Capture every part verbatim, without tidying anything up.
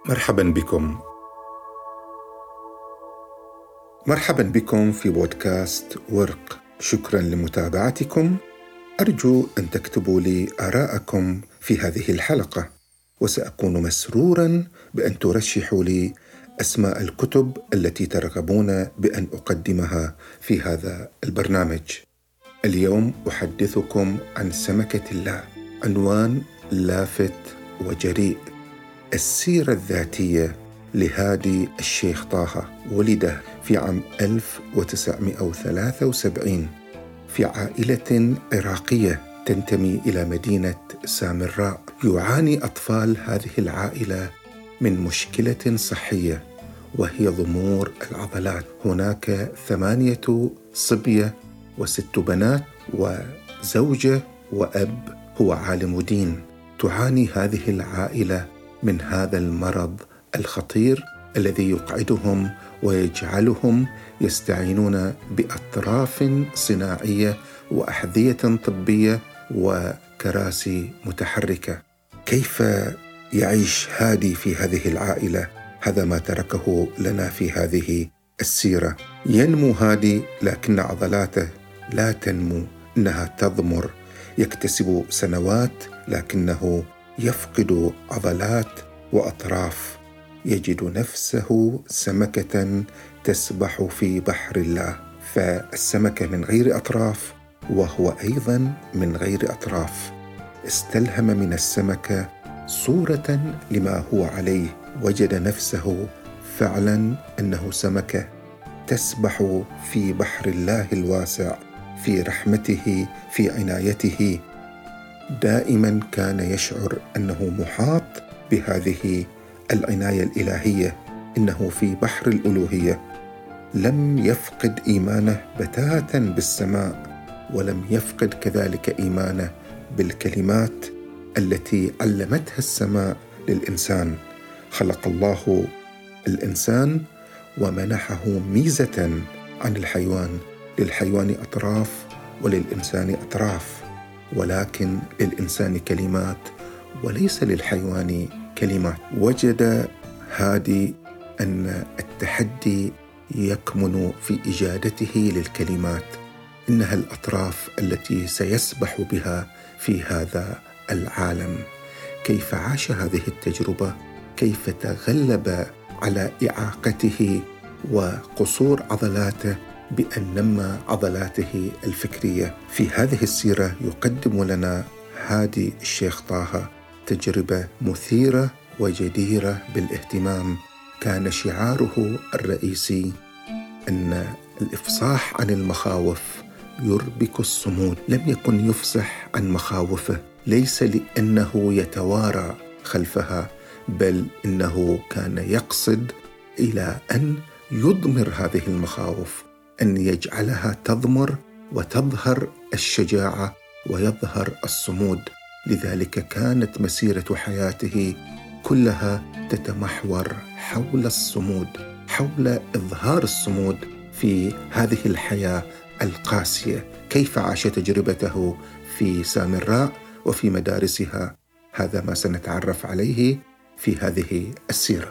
مرحبا بكم مرحبا بكم في بودكاست ورق. شكرا لمتابعتكم. أرجو أن تكتبوا لي آراءكم في هذه الحلقة، وسأكون مسرورا بأن ترشحوا لي أسماء الكتب التي ترغبون بأن أقدمها في هذا البرنامج. اليوم أحدثكم عن سمكة الله، عنوان لافت وجريء. السيرة الذاتية لهادي الشيخ طه. ولد في عام ألف وتسعمائة وثلاثة وسبعين في عائلة عراقية تنتمي إلى مدينة سامراء. يعاني أطفال هذه العائلة من مشكلة صحية وهي ضمور العضلات. هناك ثمانية صبية وست بنات وزوجة وأب هو عالم دين. تعاني هذه العائلة من هذا المرض الخطير الذي يقعدهم ويجعلهم يستعينون بأطراف صناعية وأحذية طبية وكراسي متحركة. كيف يعيش هادي في هذه العائلة؟ هذا ما تركه لنا في هذه السيرة. ينمو هادي لكن عضلاته لا تنمو، إنها تضمر. يكتسب سنوات لكنه يفقد عضلات وأطراف. يجد نفسه سمكة تسبح في بحر الله، فالسمكة من غير أطراف وهو أيضا من غير أطراف. استلهم من السمكة صورة لما هو عليه. وجد نفسه فعلا أنه سمكة تسبح في بحر الله الواسع، في رحمته، في عنايته. دائما كان يشعر أنه محاط بهذه العناية الإلهية، إنه في بحر الألوهية. لم يفقد إيمانه بتاتا بالسماء، ولم يفقد كذلك إيمانه بالكلمات التي علمتها السماء للإنسان. خلق الله الإنسان ومنحه ميزة عن الحيوان. للحيوان أطراف وللإنسان أطراف، ولكن للإنسان كلمات وليس للحيوان كلمات. وجد هادي أن التحدي يكمن في إجادته للكلمات. إنها الأطراف التي سيسبح بها في هذا العالم. كيف عاش هذه التجربة؟ كيف تغلب على إعاقته وقصور عضلاته بأن نمى عضلاته الفكرية؟ في هذه السيرة يقدم لنا هادي الشيخ طه تجربة مثيرة وجديرة بالاهتمام. كان شعاره الرئيسي أن الإفصاح عن المخاوف يربك الصمود. لم يكن يفصح عن مخاوفه، ليس لأنه يتوارى خلفها، بل إنه كان يقصد إلى أن يضمر هذه المخاوف، أن يجعلها تضمر وتظهر الشجاعة ويظهر الصمود. لذلك كانت مسيرة حياته كلها تتمحور حول الصمود، حول إظهار الصمود في هذه الحياة القاسية. كيف عاش تجربته في سامراء وفي مدارسها؟ هذا ما سنتعرف عليه في هذه السيرة.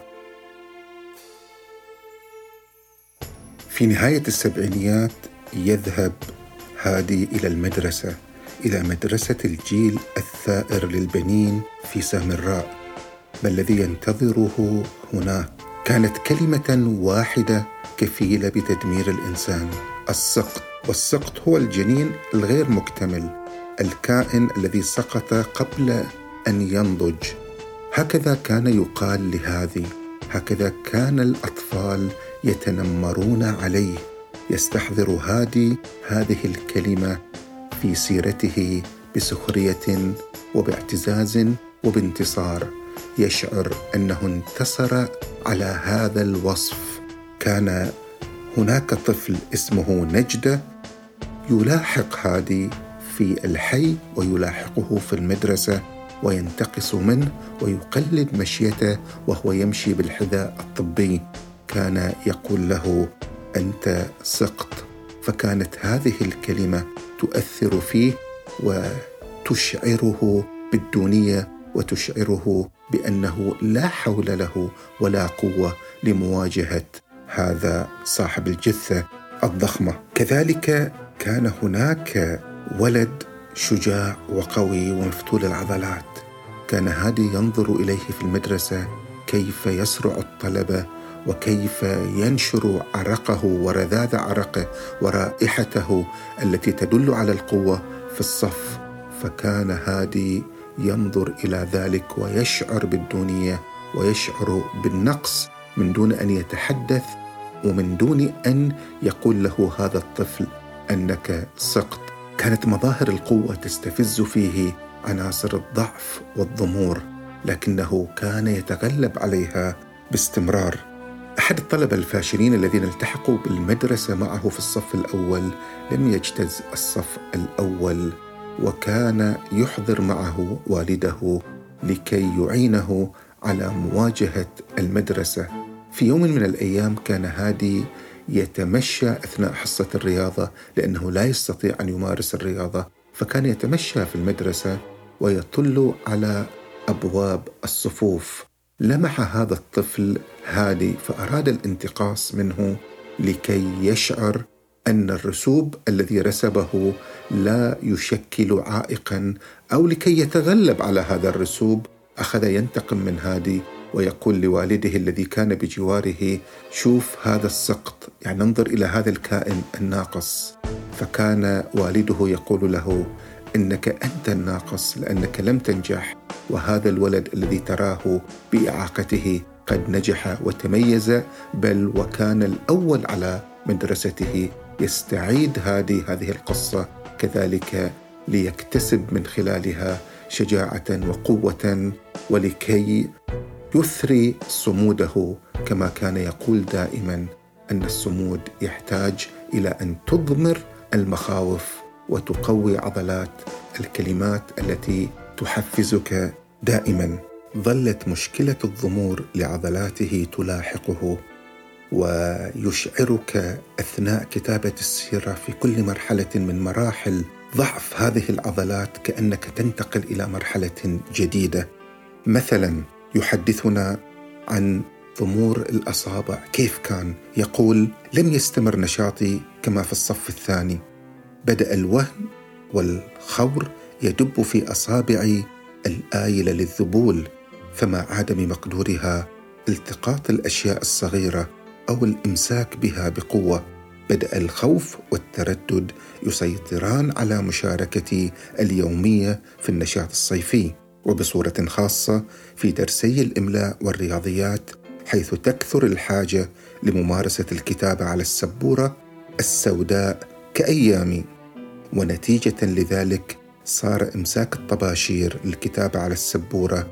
في نهاية السبعينيات يذهب هادي إلى المدرسة، إلى مدرسة الجيل الثائر للبنين في سامراء. ما الذي ينتظره هناك؟ كانت كلمة واحدة كفيلة بتدمير الإنسان: السقط. والسقط هو الجنين الغير مكتمل، الكائن الذي سقط قبل أن ينضج. هكذا كان يقال لهذه، هكذا كان الأطفال يتنمرون عليه. يستحضر هادي هذه الكلمة في سيرته بسخرية وباعتزاز وبانتصار. يشعر أنه انتصر على هذا الوصف. كان هناك طفل اسمه نجدة يلاحق هادي في الحي ويلاحقه في المدرسة وينتقص منه ويقلد مشيته وهو يمشي بالحذاء الطبي. كان يقول له: أنت سقط. فكانت هذه الكلمة تؤثر فيه وتشعره بالدونية وتشعره بأنه لا حول له ولا قوة لمواجهة هذا صاحب الجثة الضخمة. كذلك كان هناك ولد شجاع وقوي ومفتول العضلات، كان هادي ينظر إليه في المدرسة كيف يسرع الطلبة وكيف ينشر عرقه ورذاذ عرقه ورائحته التي تدل على القوة في الصف. فكان هادي ينظر إلى ذلك ويشعر بالدونية ويشعر بالنقص من دون أن يتحدث ومن دون أن يقول له هذا الطفل أنك سقط. كانت مظاهر القوة تستفز فيه عناصر الضعف والضمور، لكنه كان يتغلب عليها باستمرار. أحد الطلبة الفاشلين الذين التحقوا بالمدرسة معه في الصف الأول لم يجتز الصف الأول، وكان يحضر معه والده لكي يعينه على مواجهة المدرسة. في يوم من الأيام كان هادي يتمشى أثناء حصة الرياضة لأنه لا يستطيع أن يمارس الرياضة، فكان يتمشى في المدرسة ويطل على أبواب الصفوف. لمح هذا الطفل هادي فأراد الانتقاص منه لكي يشعر أن الرسوب الذي رسبه لا يشكل عائقا، أو لكي يتغلب على هذا الرسوب. أخذ ينتقم من هادي ويقول لوالده الذي كان بجواره: شوف هذا السقط، يعني انظر إلى هذا الكائن الناقص. فكان والده يقول له: إنك أنت الناقص لأنك لم تنجح، وهذا الولد الذي تراه بإعاقته قد نجح وتميز، بل وكان الأول على مدرسته. يستعيد هادي هذه القصة كذلك ليكتسب من خلالها شجاعة وقوة، ولكي يثري صموده، كما كان يقول دائما أن الصمود يحتاج إلى أن تضمر المخاوف وتقوي عضلات الكلمات التي تحفزك دائما. ظلت مشكلة الضمور لعضلاته تلاحقه ويشعرك أثناء كتابة السيرة في كل مرحلة من مراحل ضعف هذه العضلات كأنك تنتقل إلى مرحلة جديدة. مثلا يحدثنا عن ضمور الأصابع، كيف كان يقول: لم يستمر نشاطي كما في الصف الثاني، بدأ الوهن والخور يدب في أصابعي الآيلة للذبول، فما عاد بمقدورها التقاط الأشياء الصغيرة أو الإمساك بها بقوة. بدأ الخوف والتردد يسيطران على مشاركتي اليومية في النشاط الصيفي، وبصورة خاصة في درسي الإملاء والرياضيات، حيث تكثر الحاجة لممارسة الكتابة على السبورة السوداء كأيامي. ونتيجة لذلك صار إمساك الطباشير للكتابة على السبورة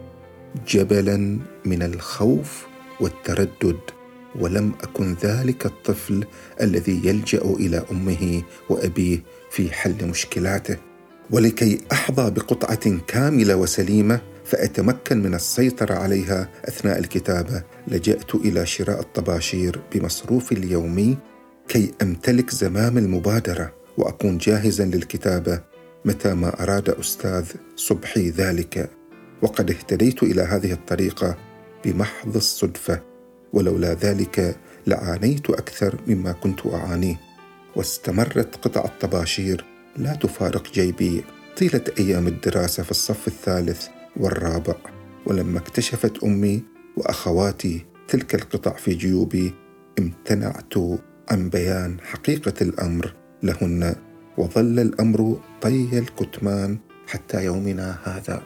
جبلا من الخوف والتردد، ولم أكن ذلك الطفل الذي يلجأ إلى أمه وأبيه في حل مشكلاته. ولكي أحظى بقطعة كاملة وسليمة فأتمكن من السيطرة عليها أثناء الكتابة، لجأت إلى شراء الطباشير بمصروفي اليومي كي أمتلك زمام المبادرة وأكون جاهزا للكتابة متى ما أراد أستاذ صبحي ذلك. وقد اهتديت إلى هذه الطريقة بمحض الصدفة، ولولا ذلك لعانيت أكثر مما كنت أعانيه. واستمرت قطع الطباشير لا تفارق جيبي طيلة أيام الدراسة في الصف الثالث والرابع. ولما اكتشفت أمي وأخواتي تلك القطع في جيوبي امتنعت عن بيان حقيقة الأمر لهن، وظل الأمر طي الكتمان حتى يومنا هذا.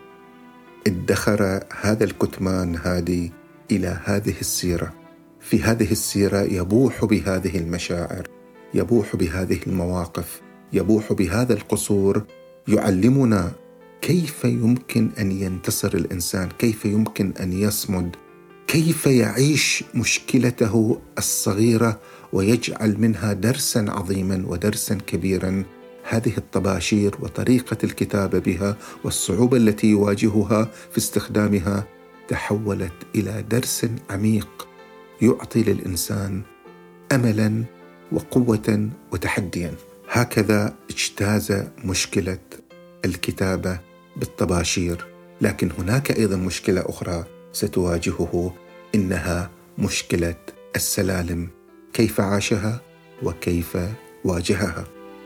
ادخر هذا الكتمان هادي إلى هذه السيرة. في هذه السيرة يبوح بهذه المشاعر، يبوح بهذه المواقف، يبوح بهذا القصور، يعلمنا كيف يمكن أن ينتصر الإنسان، كيف يمكن أن يصمد، كيف يعيش مشكلته الصغيرة ويجعل منها درسا عظيما ودرسا كبيرا. هذه الطباشير وطريقة الكتابة بها والصعوبة التي يواجهها في استخدامها تحولت إلى درس عميق يعطي للإنسان أملا وقوة وتحديا. هكذا اجتاز مشكلة الكتابة بالطباشير، لكن هناك أيضا مشكلة أخرى ستواجهه، إنها مشكلة السلالم. كيف عاشها وكيف واجهها؟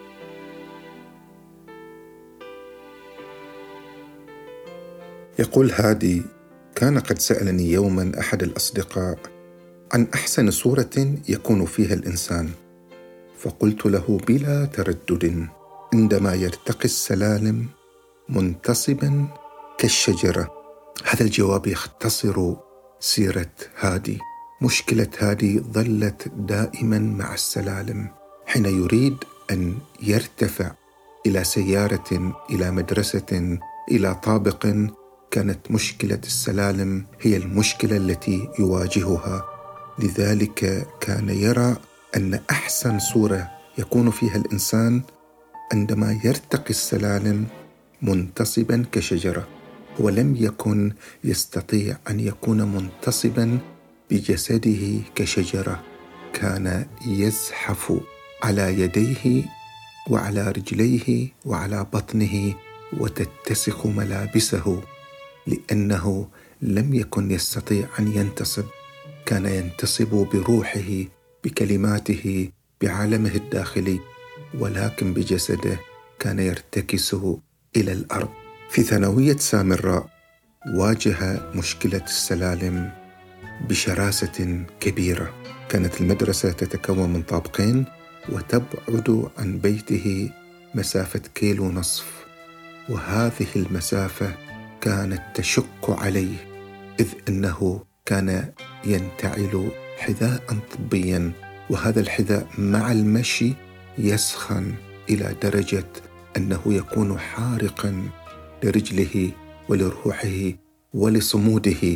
يقول هادي: كان قد سألني يوما أحد الأصدقاء عن أحسن صورة يكون فيها الإنسان، فقلت له بلا تردد: عندما يرتقي السلالم منتصبا كالشجرة. هذا الجواب يختصر سيرة هادي. مشكلة هادي ظلت دائما مع السلالم. حين يريد أن يرتفع إلى سيارة، إلى مدرسة، إلى طابق، كانت مشكلة السلالم هي المشكلة التي يواجهها. لذلك كان يرى أن أحسن صورة يكون فيها الإنسان عندما يرتقي السلالم منتصبا كشجرة. هو لم يكن يستطيع أن يكون منتصبا بجسده كشجرة، كان يزحف على يديه وعلى رجليه وعلى بطنه وتتسخ ملابسه، لأنه لم يكن يستطيع أن ينتصب. كان ينتصب بروحه، بكلماته، بعالمه الداخلي، ولكن بجسده كان يرتكس إلى الأرض. في ثانوية سامراء واجه مشكلة السلالم بشراسة كبيرة. كانت المدرسة تتكون من طابقين وتبعد عن بيته مسافة كيلو نصف، وهذه المسافة كانت تشق عليه، إذ أنه كان ينتعل حذاء طبيا، وهذا الحذاء مع المشي يسخن إلى درجة أنه يكون حارقا لرجله ولروحه ولصموده.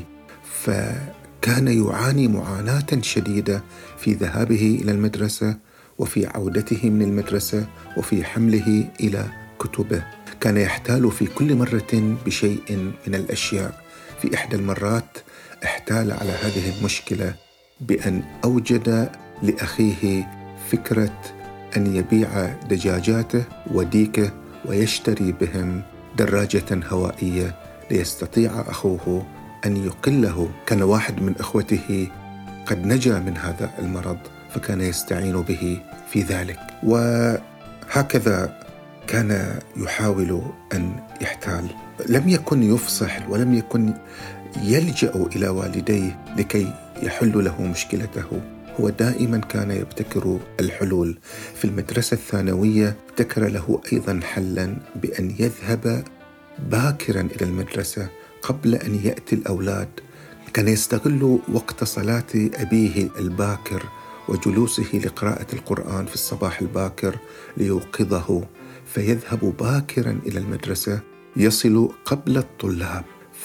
فكان يعاني معاناة شديدة في ذهابه إلى المدرسة وفي عودته من المدرسة وفي حمله إلى كتبه. كان يحتال في كل مرة بشيء من الأشياء. في إحدى المرات احتال على هذه المشكلة بأن أوجد لأخيه فكرة أن يبيع دجاجاته وديكه ويشتري بهم دراجة هوائية ليستطيع أخوه أن يقله. كان واحد من إخوته قد نجا من هذا المرض، فكان يستعين به في ذلك. وهكذا كان يحاول أن يحتال. لم يكن يفصح ولم يكن يلجأ إلى والديه لكي يحل له مشكلته. هو دائما كان يبتكر الحلول. في المدرسة الثانوية ابتكر له أيضا حلا بأن يذهب باكرا إلى المدرسة قبل أن يأتي الأولاد. كان يستغل وقت صلاة أبيه الباكر وجلوسه لقراءة القرآن في الصباح الباكر ليوقظه، فيذهب باكرا إلى المدرسة، يصل قبل الطلاب،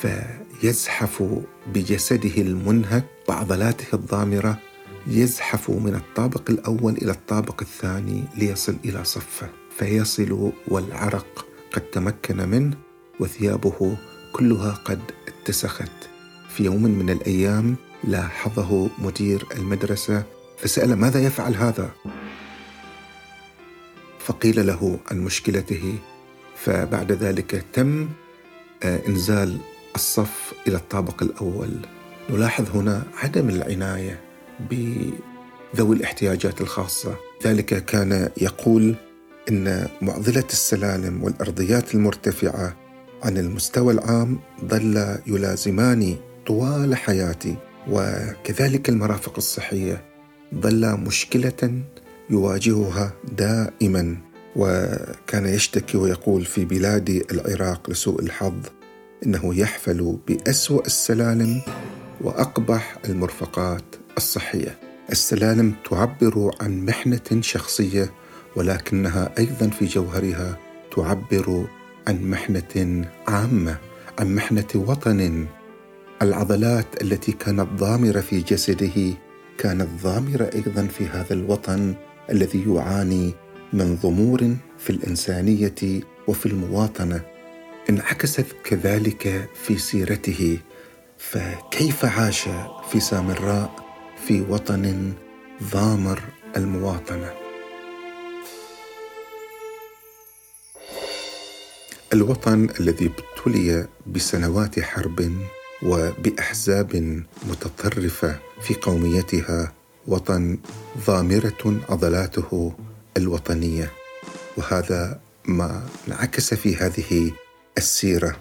فيزحف بجسده المنهك وعضلاته الضامرة، يزحف من الطابق الأول إلى الطابق الثاني ليصل إلى صفه، فيصل والعرق قد تمكن منه وثيابه كلها قد اتسخت. في يوم من الأيام لاحظه مدير المدرسة فسأل: ماذا يفعل هذا؟ فقيل له عن مشكلته. فبعد ذلك تم إنزال الصف إلى الطابق الأول. نلاحظ هنا عدم العناية بذوي الاحتياجات الخاصة. ذلك كان يقول إن معضلة السلالم والأرضيات المرتفعة عن المستوى العام ظل يلازماني طوال حياتي، وكذلك المرافق الصحية ظل مشكلة يواجهها دائما. وكان يشتكي ويقول: في بلاد العراق لسوء الحظ إنه يحفل بأسوأ السلالم وأقبح المرفقات الصحية. السلالم تعبر عن محنة شخصية، ولكنها أيضا في جوهرها تعبر عن محنة عامة، عن محنة وطن. العضلات التي كانت ضامرة في جسده كانت ضامرة أيضا في هذا الوطن الذي يعاني من ضمور في الإنسانية وفي المواطنة. انعكست كذلك في سيرته. فكيف عاش في سامراء في وطن ضامر المواطنة؟ الوطن الذي ابتلي بسنوات حرب وبأحزاب متطرفة في قوميتها وطن ضامرة عضلاته الوطنية. وهذا ما انعكس في هذه السيرة،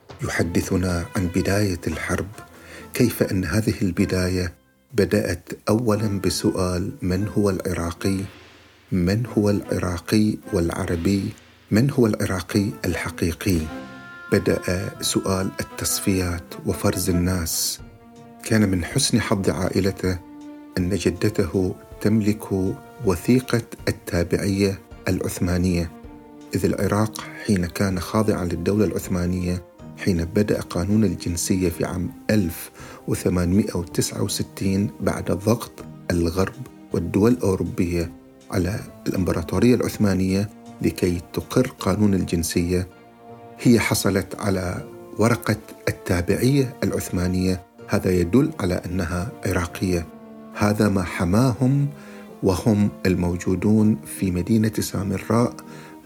يحدثنا عن بداية الحرب، كيف أن هذه البداية بدأت أولا بسؤال: من هو العراقي؟ من هو العراقي والعربي؟ من هو العراقي الحقيقي؟ بدأ سؤال التصفيات وفرز الناس. كان من حسن حظ عائلته أن جدته تملك وثيقة التابعية العثمانية، إذ العراق حين كان خاضعا للدولة العثمانية، حين بدأ قانون الجنسية في عام ألف وثمانمائة وتسعة وستين بعد ضغط الغرب والدول الأوروبية على الإمبراطورية العثمانية لكي تقر قانون الجنسية، هي حصلت على ورقة التابعية العثمانية. هذا يدل على أنها عراقية. هذا ما حماهم وهم الموجودون في مدينة سامراء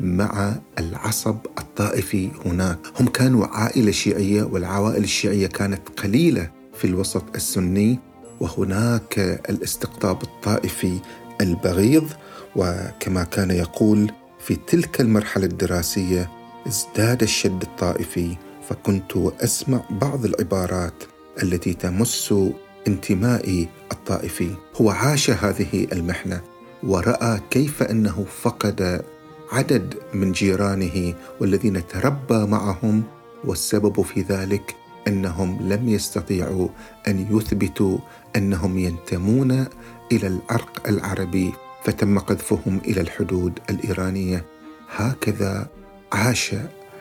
مع العصب الطائفي هناك. هم كانوا عائلة شيعية، والعوائل الشيعية كانت قليلة في الوسط السني، وهناك الاستقطاب الطائفي البغيض. وكما كان يقول في تلك المرحلة الدراسية: ازداد الشد الطائفي، فكنت أسمع بعض العبارات التي تمس انتمائي الطائفي. هو عاش هذه المحنة ورأى كيف أنه فقد عدد من جيرانه والذين تربى معهم، والسبب في ذلك أنهم لم يستطيعوا أن يثبتوا أنهم ينتمون إلى العرق العربي، فتم قذفهم إلى الحدود الإيرانية. هكذا عاش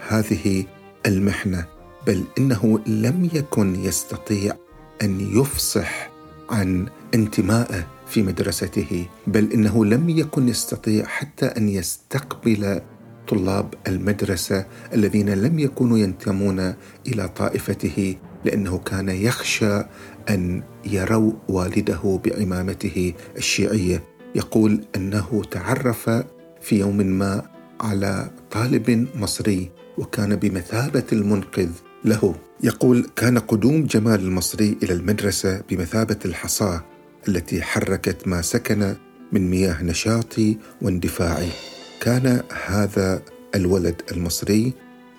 هذه المحنة، بل إنه لم يكن يستطيع أن يفصح عن انتمائه في مدرسته، بل إنه لم يكن يستطيع حتى أن يستقبل طلاب المدرسة الذين لم يكونوا ينتمون إلى طائفته، لأنه كان يخشى أن يروا والده بعمامته الشيعية. يقول أنه تعرف في يوم ما على طالب مصري وكان بمثابة المنقذ له. يقول: كان قدوم جمال المصري إلى المدرسة بمثابة الحصاة التي حركت ما سكن من مياه نشاطي واندفاعي. كان هذا الولد المصري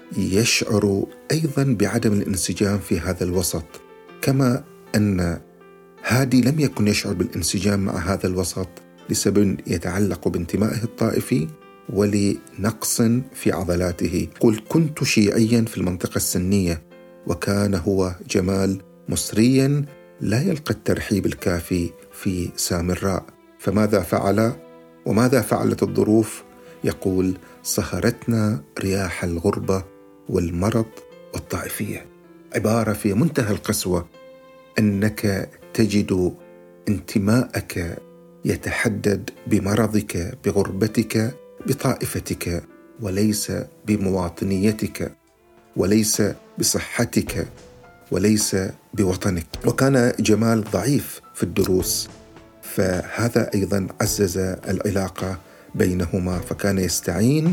يشعر أيضا بعدم الانسجام في هذا الوسط، كما أن هادي لم يكن يشعر بالانسجام مع هذا الوسط لسبب يتعلق بانتمائه الطائفي ولنقص في عضلاته. قل: كنت شيعيا في المنطقة السنية، وكان هو جمال مصريا لا يلقى الترحيب الكافي في سامراء. فماذا فعل وماذا فعلت الظروف؟ يقول: صهرتنا رياح الغربة والمرض والطائفية. عبارة في منتهى القسوة، أنك تجد انتماءك يتحدد بمرضك، بغربتك، بطائفتك، وليس بمواطنيتك، وليس بصحتك، وليس بوطنك. وكان جمال ضعيف في الدروس، فهذا أيضا عزز العلاقة بينهما، فكان يستعين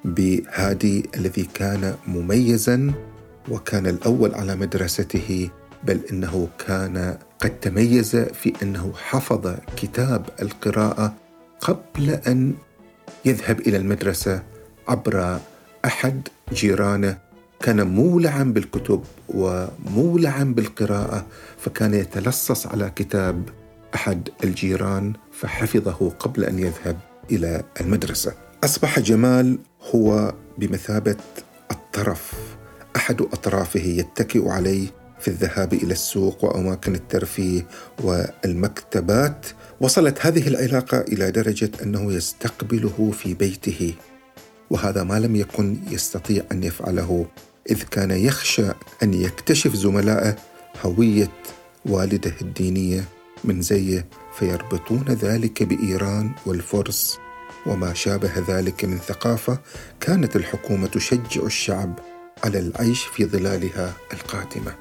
بهادي الذي كان مميزا وكان الأول على مدرسته، بل إنه كان قد تميز في أنه حفظ كتاب القراءة قبل أن يذهب إلى المدرسة عبر أحد جيرانه. كان مولعا بالكتب ومولعا بالقراءة، فكان يتلصص على كتاب أحد الجيران فحفظه قبل أن يذهب إلى المدرسة. أصبح جمال هو بمثابة الطرف، أحد أطرافه يتكئ عليه في الذهاب إلى السوق وأماكن الترفيه والمكتبات. وصلت هذه العلاقة إلى درجة أنه يستقبله في بيته، وهذا ما لم يكن يستطيع أن يفعله، إذ كان يخشى أن يكتشف زملائه هوية والده الدينية من زيه، فيربطون ذلك بإيران والفرس وما شابه ذلك من ثقافة كانت الحكومة تشجع الشعب على العيش في ظلالها القاتمة.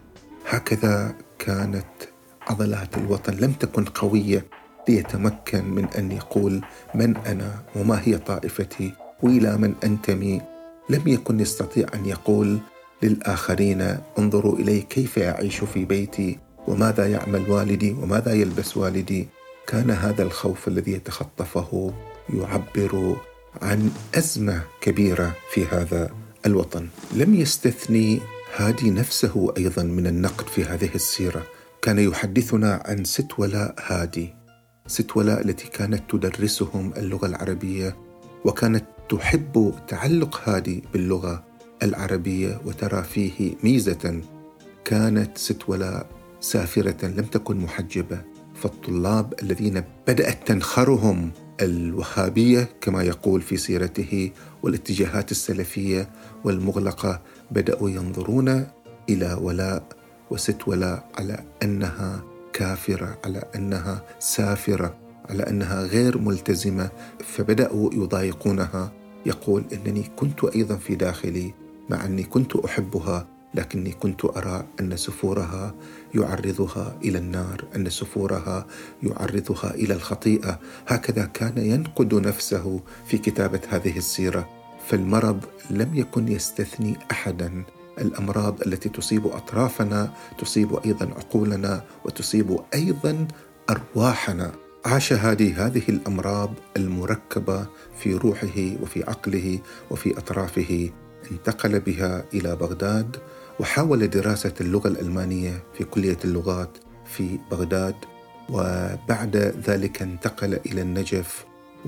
هكذا كانت عضلات الوطن، لم تكن قوية ليتمكن من أن يقول من أنا وما هي طائفتي وإلى من أنتمي. لم يكن يستطيع أن يقول للآخرين: انظروا إلي كيف أعيش في بيتي، وماذا يعمل والدي، وماذا يلبس والدي. كان هذا الخوف الذي يتخطفه يعبر عن أزمة كبيرة في هذا الوطن. لم يستثني هادي نفسه أيضا من النقد في هذه السيرة. كان يحدثنا عن ست ولاء هادي، ست ولاء التي كانت تدرسهم اللغة العربية، وكانت تحب تعلق هادي باللغة العربية وترى فيه ميزة. كانت ست ولاء سافرة لم تكن محجبة، فالطلاب الذين بدأت تنخرهم الوهابية كما يقول في سيرته والاتجاهات السلفية والمغلقة بدأوا ينظرون إلى ولاء وست ولاء على أنها كافرة، على أنها سافرة، على أنها غير ملتزمة، فبدأوا يضايقونها. يقول: إنني كنت أيضا في داخلي مع أني كنت أحبها، لكني كنت أرى أن سفورها يعرضها إلى النار، أن سفورها يعرضها إلى الخطيئة. هكذا كان ينقد نفسه في كتابة هذه السيرة. فالمرض لم يكن يستثني أحدا. الأمراض التي تصيب أطرافنا تصيب أيضا عقولنا وتصيب أيضا أرواحنا. عاش هادي هذه الأمراض المركبة في روحه وفي عقله وفي أطرافه. انتقل بها إلى بغداد وحاول دراسة اللغة الألمانية في كلية اللغات في بغداد، وبعد ذلك انتقل إلى النجف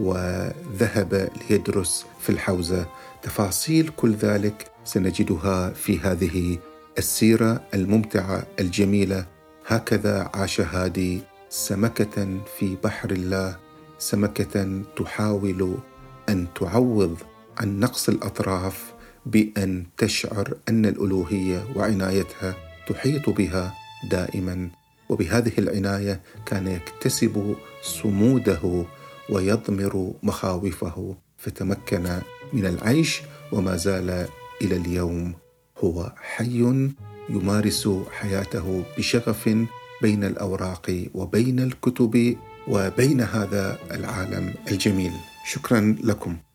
وذهب ليدرس في الحوزة. تفاصيل كل ذلك سنجدها في هذه السيرة الممتعة الجميلة. هكذا عاش هادي سمكة في بحر الله، سمكة تحاول أن تعوض عن نقص الأطراف بأن تشعر أن الألوهية وعنايتها تحيط بها دائما. وبهذه العناية كان يكتسب صموده ويضمر مخاوفه، فتمكن من العيش، وما زال إلى اليوم هو حي يمارس حياته بشغف بين الأوراق وبين الكتب وبين هذا العالم الجميل. شكرا لكم.